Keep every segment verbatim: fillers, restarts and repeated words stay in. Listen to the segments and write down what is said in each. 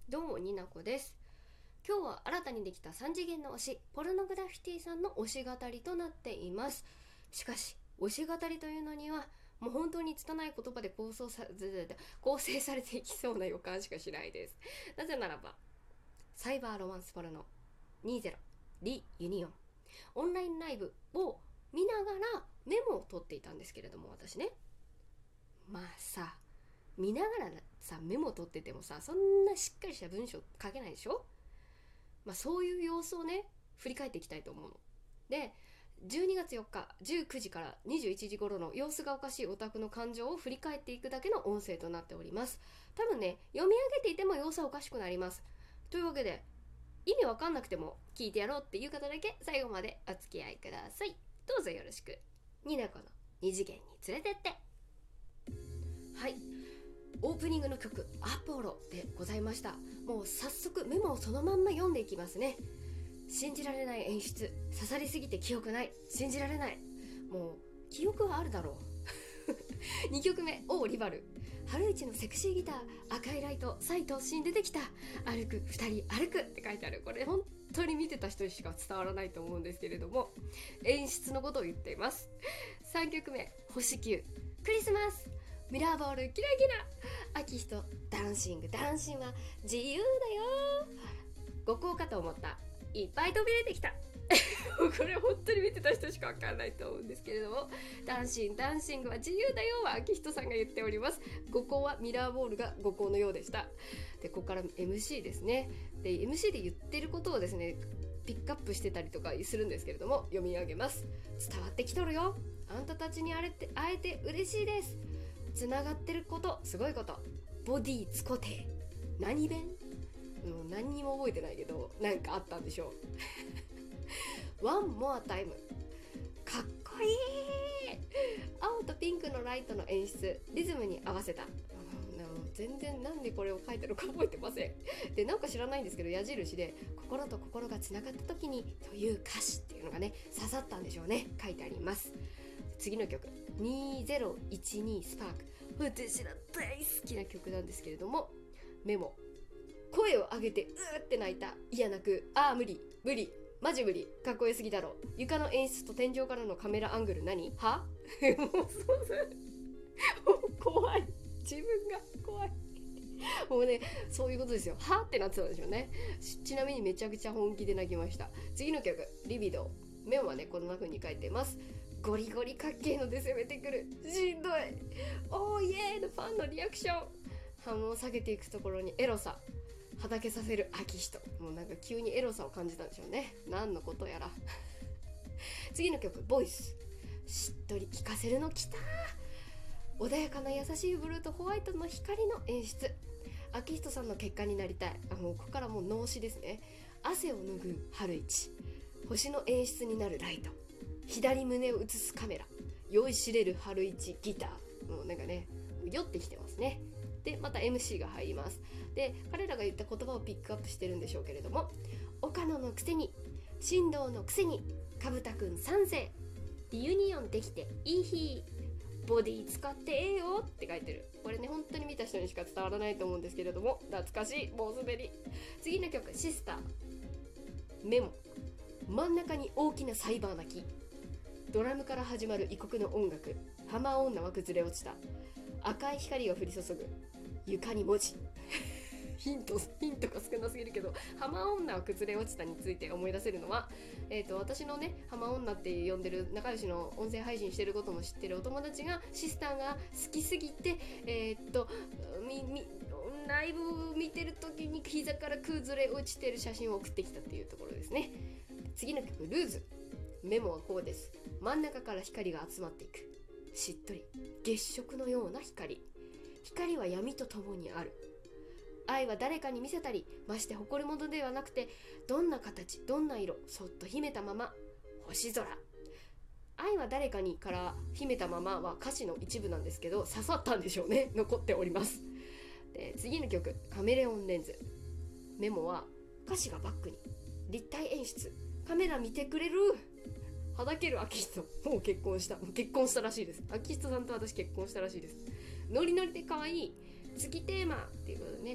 どうもになこです。今日は新たにできたさん次元の推しポルノグラフィティさんの推し語りとなっています。しかし推し語りというのにはもう本当に拙い言葉で構想さ構成されていきそうな予感しかしないです。なぜならばサイバーロマンスポルノにじゅうリユニオンオンラインライブを見ながらメモを取っていたんですけれども、私ね、まあさ見ながらさメモを取っててもさ、そんなしっかりした文章書けないでしょ。まあそういう様子をね振り返っていきたいと思うので、じゅうにがつよっかじゅうくじからにじゅういちじ頃の様子がおかしいオタクの感情を振り返っていくだけの音声となっております。多分ね、読み上げていても様子はおかしくなります。というわけで、意味わかんなくても聞いてやろうっていう方だけ最後までお付き合いください。どうぞよろしく。になこの二次元に連れてって。はい、オープニングの曲アポロでございました。もう早速メモをそのまんま読んでいきますね。信じられない演出、刺さりすぎて記憶ない、信じられない。もう記憶はあるだろうにきょくめ、オーリバル、春一のセクシーギター、赤いライト、再突進出てきた、歩くふたり歩くって書いてある。これ本当に見てた人にしか伝わらないと思うんですけれども、演出のことを言っています。さんきょくめ、星球、クリスマス、ミラーボールキラキラ、秋人、ダンシングダンシンは自由だよ。五行かと思った、いっぱい飛び出てきたこれ本当に見てた人しか分かんないと思うんですけれども、ダンシンダンシングは自由だよは秋人さんが言っております。五行はミラーボールが五行のようでした。でここから エムシー ですね。で エムシー で言ってることをですねピックアップしてたりとかするんですけれども、読み上げます。伝わってきとるよ、あんたたちに会えて会えて嬉しいです。つながってること、すごいこと。ボディつこて何弁、もう何にも覚えてないけどなんかあったんでしょうワンモアタイム、かっこいい。青とピンクのライトの演出、リズムに合わせた。全然なんでこれを書いてるか覚えてません。でなんか知らないんですけど、矢印で心と心がつながった時にという歌詞っていうのがね刺さったんでしょうね。書いてあります。次の曲にせんじゅうにスパーク、私ら大好きな曲なんですけれども、メモ、声を上げてうーって泣いた、いや泣く、あー無理無理マジ無理、かっこよすぎだろ、床の演出と天井からのカメラアングル何はもうそうそう怖い、自分が怖いもうねそういうことですよ。はってなってたんでしょうね。ちなみにめちゃくちゃ本気で泣きました。次の曲リビドー、メモはねこんな風に書いてます。ゴリゴリかっけえので攻めてくる、しんどい、おーイエーのファンのリアクション、ハムを下げていくところにエロさはだけさせる秋人、もうなんか急にエロさを感じたんでしょうね。何のことやら次の曲ボイス、しっとり聴かせるのきたー、穏やかな優しいブルーとホワイトの光の演出、秋人さんの結果になりたい。あもうここからもう脳死ですね。汗を拭う春一、星の演出になるライト、左胸を映すカメラ、酔いしれる春一ギター、もうなんかね酔ってきてますね。でまた エムシー が入ります。で彼らが言った言葉をピックアップしてるんでしょうけれども、岡野のくせに振動のくせにかぶたくん賛成、リユニオンできていい日、ボディ使ってええよって書いてる。これね本当に見た人にしか伝わらないと思うんですけれども、懐かしい、もう滑り。次の曲シスター、メモ、真ん中に大きなサイバー泣き、ドラムから始まる異国の音楽、浜女は崩れ落ちた、赤い光が降り注ぐ、床に文字ヒントヒントが少なすぎるけど、浜女は崩れ落ちたについて思い出せるのは、えーと私のね浜女って呼んでる仲良しの音声配信してることも知ってるお友達がシスターが好きすぎてえー、っとみみライブを見てる時に膝から崩れ落ちてる写真を送ってきたっていうところですね。次の曲ルーズ、メモはこうです。真ん中から光が集まっていく、しっとり月食のような光、光は闇とともにある、愛は誰かに見せたりまして誇るものではなくて、どんな形どんな色そっと秘めたまま、星空、愛は誰かにから秘めたままは歌詞の一部なんですけど刺さったんでしょうね、残っております。で次の曲カメレオンレンズ、メモは歌詞がバックに立体演出、カメラ見てくれる、はだける秋人、もう結婚したもう結婚したらしいです。秋人さんと私結婚したらしいです。ノリノリで可愛い、月テーマっていうことでね、さっ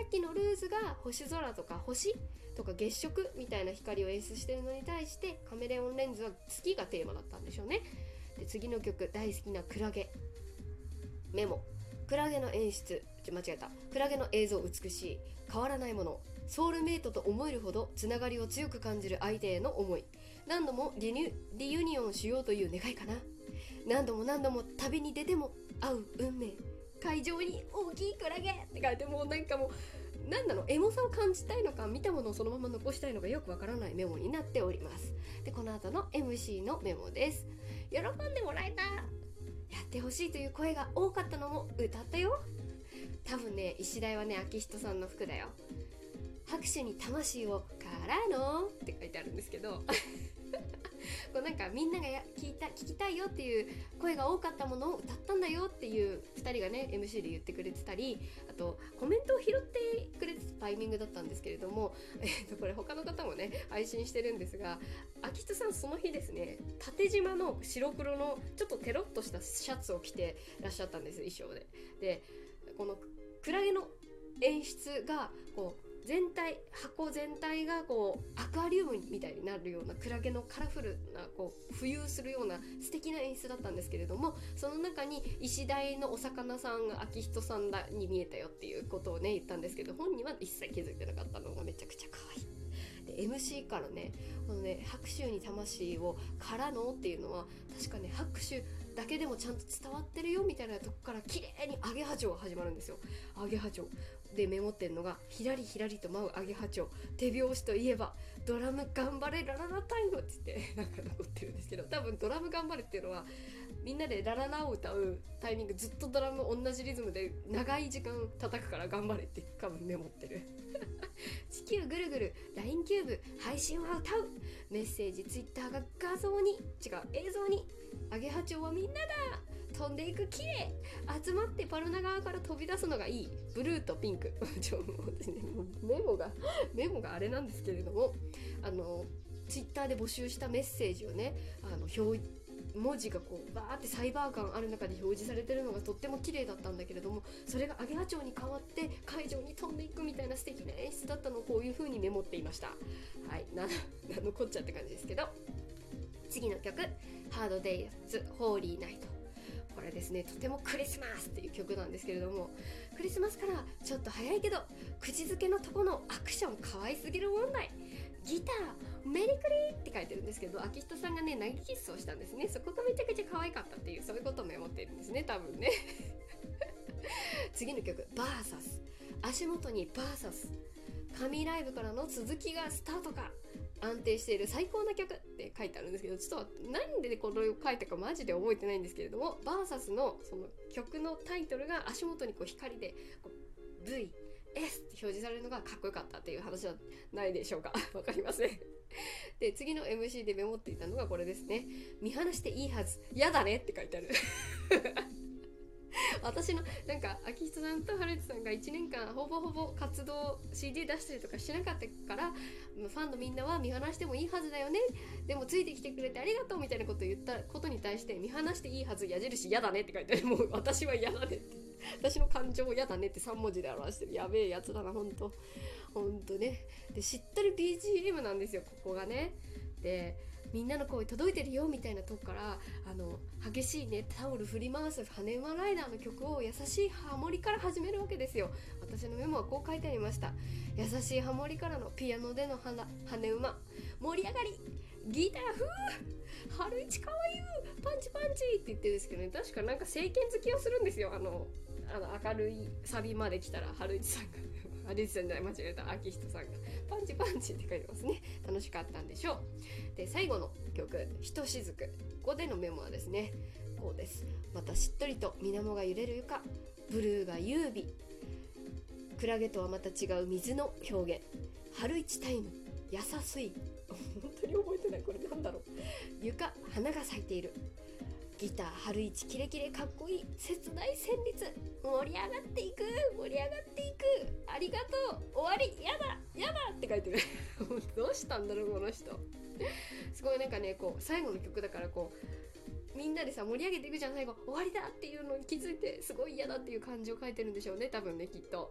っきのルーズが星空とか星とか月食みたいな光を演出してるのに対して、カメレオンレンズは月がテーマだったんでしょうね。で次の曲、大好きなクラゲ。メモ。クラゲの演出、ちょ間違えた。クラゲの映像美しい、変わらないもの、ソウルメイトと思えるほどつながりを強く感じる相手への思い、何度もリニュリユニオンしようという願いかな。何度も何度も旅に出ても会う運命、会場に大きいクラゲって書いて、もうなんかもうなんだろう、エモさを感じたいのか見たものをそのまま残したいのかよくわからないメモになっております。でこの後の エムシー のメモです。喜んでもらえた、やってほしいという声が多かったのも歌ったよ。多分ね、石台はね、明人さんの服だよ。拍手に魂をからのって書いてあるんですけどこうなんかみんながや聞いた聞きたいよっていう声が多かったものを歌ったんだよっていうふたりがね エムシー で言ってくれてたり、あとコメントを拾ってくれてたタイミングだったんですけれども、えー、とこれ他の方もね配信してるんですが、明人さんその日ですね、縦縞の白黒のちょっとテロッとしたシャツを着てらっしゃったんです、衣装で。でこのクラゲの演出がこう全体箱全体がこうアクアリウムみたいになるような、クラゲのカラフルなこう浮遊するような素敵な演出だったんですけれども、その中に石鯛のお魚さんが明人さんだに見えたよっていうことをね言ったんですけど、本人は一切気づいてなかったのがめちゃくちゃ可愛い。で エムシー からね、このね拍手に魂をからのっていうのは確かね、拍手だけでもちゃんと伝わってるよみたいなとこから綺麗にアゲハチョウが始まるんですよ。アゲハチョウでメモってんのが、ひらりひらりと舞うアゲハチョウ、手拍子といえばドラム頑張れラララタイムって言ってなんか残ってるんですけど、多分ドラム頑張れっていうのはみんなでラララを歌うタイミング、ずっとドラム同じリズムで長い時間叩くから頑張れって多分メモってる地球ぐるぐる ライン キューブ配信は歌う、メッセージツイッターが画像に違う映像に、アゲハチョウはみんなだ、飛んでいく綺麗、集まってパルナ側から飛び出すのがいい、ブルーとピンクちょもう私ねもうメモがメモがあれなんですけれども、あのツイッターで募集したメッセージをね、あの表文字がこうバーってサイバー感ある中で表示されてるのがとっても綺麗だったんだけれども、それがアゲハチョウに変わって会場に飛んでいくみたいな素敵な演出だったのをこういう風にメモっていました。はい、ななんのこっちゃって感じですけど、次の曲、ハードデイズホーリーナイト。これですね、とてもクリスマスっていう曲なんですけれども、クリスマスからちょっと早いけど口づけのとこのアクション可愛すぎる問題、ギターメリクリって書いてるんですけど、明人さんがね投げキッスをしたんですね。そこがめちゃくちゃ可愛かったっていう、そういうことをメモってるんですね、多分ね次の曲、バーサス、足元にバーサス、神ライブからの続きがスタートか、安定している最高な曲って書いてあるんですけど、ちょっと何でこれを書いたかマジで覚えてないんですけれども、バーサスのその曲のタイトルが足元にこう光でこう ブイエス って表示されるのがかっこよかったっていう話はないでしょうかわかりませんで次の エムシー でメモっていたのがこれですね、見放していいはず、やだねって書いてある私のなんか明人さんと春内さんがいちねんかんほぼほぼ活動 シーディー 出したりとかしなかったから、ファンのみんなは見放してもいいはずだよね、でもついてきてくれてありがとうみたいなことを言ったことに対して、見放していいはず矢印やだねって書いてある。もう私は嫌だねって、私の感情をやだねってさん文字で表してる、やべえやつだなほんとほんとね。でしっとり ビージーエム なんですよ、ここがね。でみんなの声届いてるよみたいなとこから、あの激しいねタオル振り回す羽馬ライダーの曲を優しいハモリから始めるわけですよ。私のメモはこう書いてありました。優しいハモリからのピアノでの羽馬、盛り上がり、ギターふー春一かわゆうパンチパンチって言ってるんですけどね、確かなんか政権好きをするんですよ。あのあの明るいサビまで来たら春一さんが春一さんじゃない間違えた明人さんがパンチパンチって書いてますね。楽しかったんでしょう。で最後の曲、ひとしずく、ここでのメモはですねこうです。またしっとりと水面が揺れる床、ブルーが優美、クラゲとはまた違う水の表現、春一タイム優しい本当に覚えてない、これなんだろう、床花が咲いている、ギター春一キレキレかっこいい、切ない旋律、盛り上がっていく盛り上がっていく、ありがとう終わりやだやだって書いてるどうしたんだろうこの人すごいなんかね、こう最後の曲だからこうみんなでさ盛り上げていくじゃん、最後終わりだっていうのに気づいてすごい嫌だっていう感じを書いてるんでしょうね、多分ねきっと。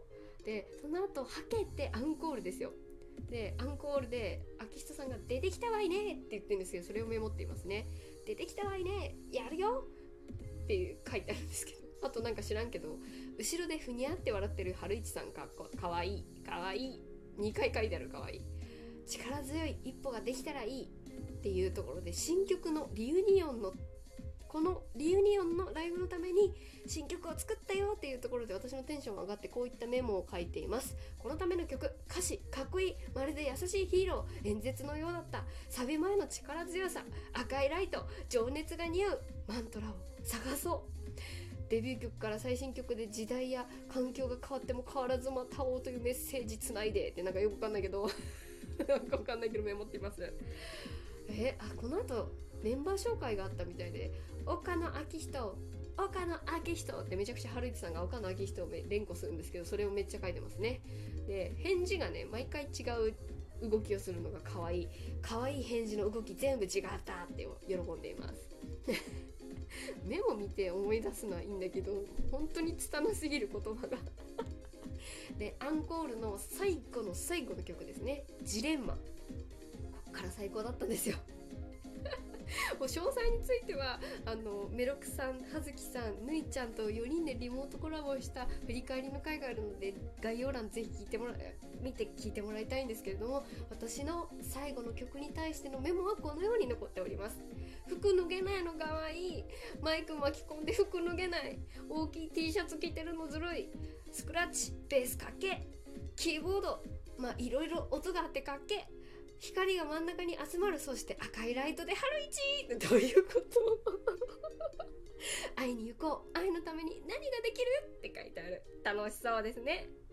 でその後はけてアンコールですよ。でアンコールで秋人さんが出てきたわいねって言ってるんですけど、それをメモっていますね。出てきたわいね、やるよっていう書いてあるんですけど、あとなんか知らんけど後ろでふにゃって笑ってる春一さんかかわいいかわいいにかい書いてある。かわいい、力強い一歩ができたらいいっていうところで、新曲のリユニオンのこのリユニオンのライブのために新曲を作ったよっていうところで、私のテンションが上がってこういったメモを書いています。このための曲、歌詞かっこいい、まるで優しいヒーロー、演説のようだった、サビ前の力強さ、赤いライト、情熱が似合うマントラを探そう。デビュー曲から最新曲で時代や環境が変わっても変わらずまた会おうというメッセージつないでって、なんかよくわかんないけどなんかわかんないけどメモっています。えあこの後メンバー紹介があったみたいで、岡野昭人岡野昭人ってめちゃくちゃ春市さんが岡野昭人を連呼するんですけど、それをめっちゃ書いてますね。で返事がね毎回違う動きをするのが可愛い可愛い返事の動き全部違ったって喜んでいますメモ見て思い出すのはいいんだけど、本当に拙すぎる言葉がでアンコールの最後の最後の曲ですね、ジレンマ、こっから最高だったんですよもう詳細についてはあのメロクさん、葉月さん、ぬいちゃんとよにんでリモートコラボをした振り返りの回があるので、概要欄ぜひ聞いてもら見て聞いてもらいたいんですけれども、私の最後の曲に対してのメモはこのように残っております。服脱げないのかわいい、マイク巻き込んで服脱げない、大きい T シャツ着てるのずるい、スクラッチ、ベースかっけ、キーボードまあいろいろ音があってかっけ、光が真ん中に集まる、そして赤いライトで春一ってどういうこと愛に行こう、愛のために何ができるって書いてある。楽しそうですね。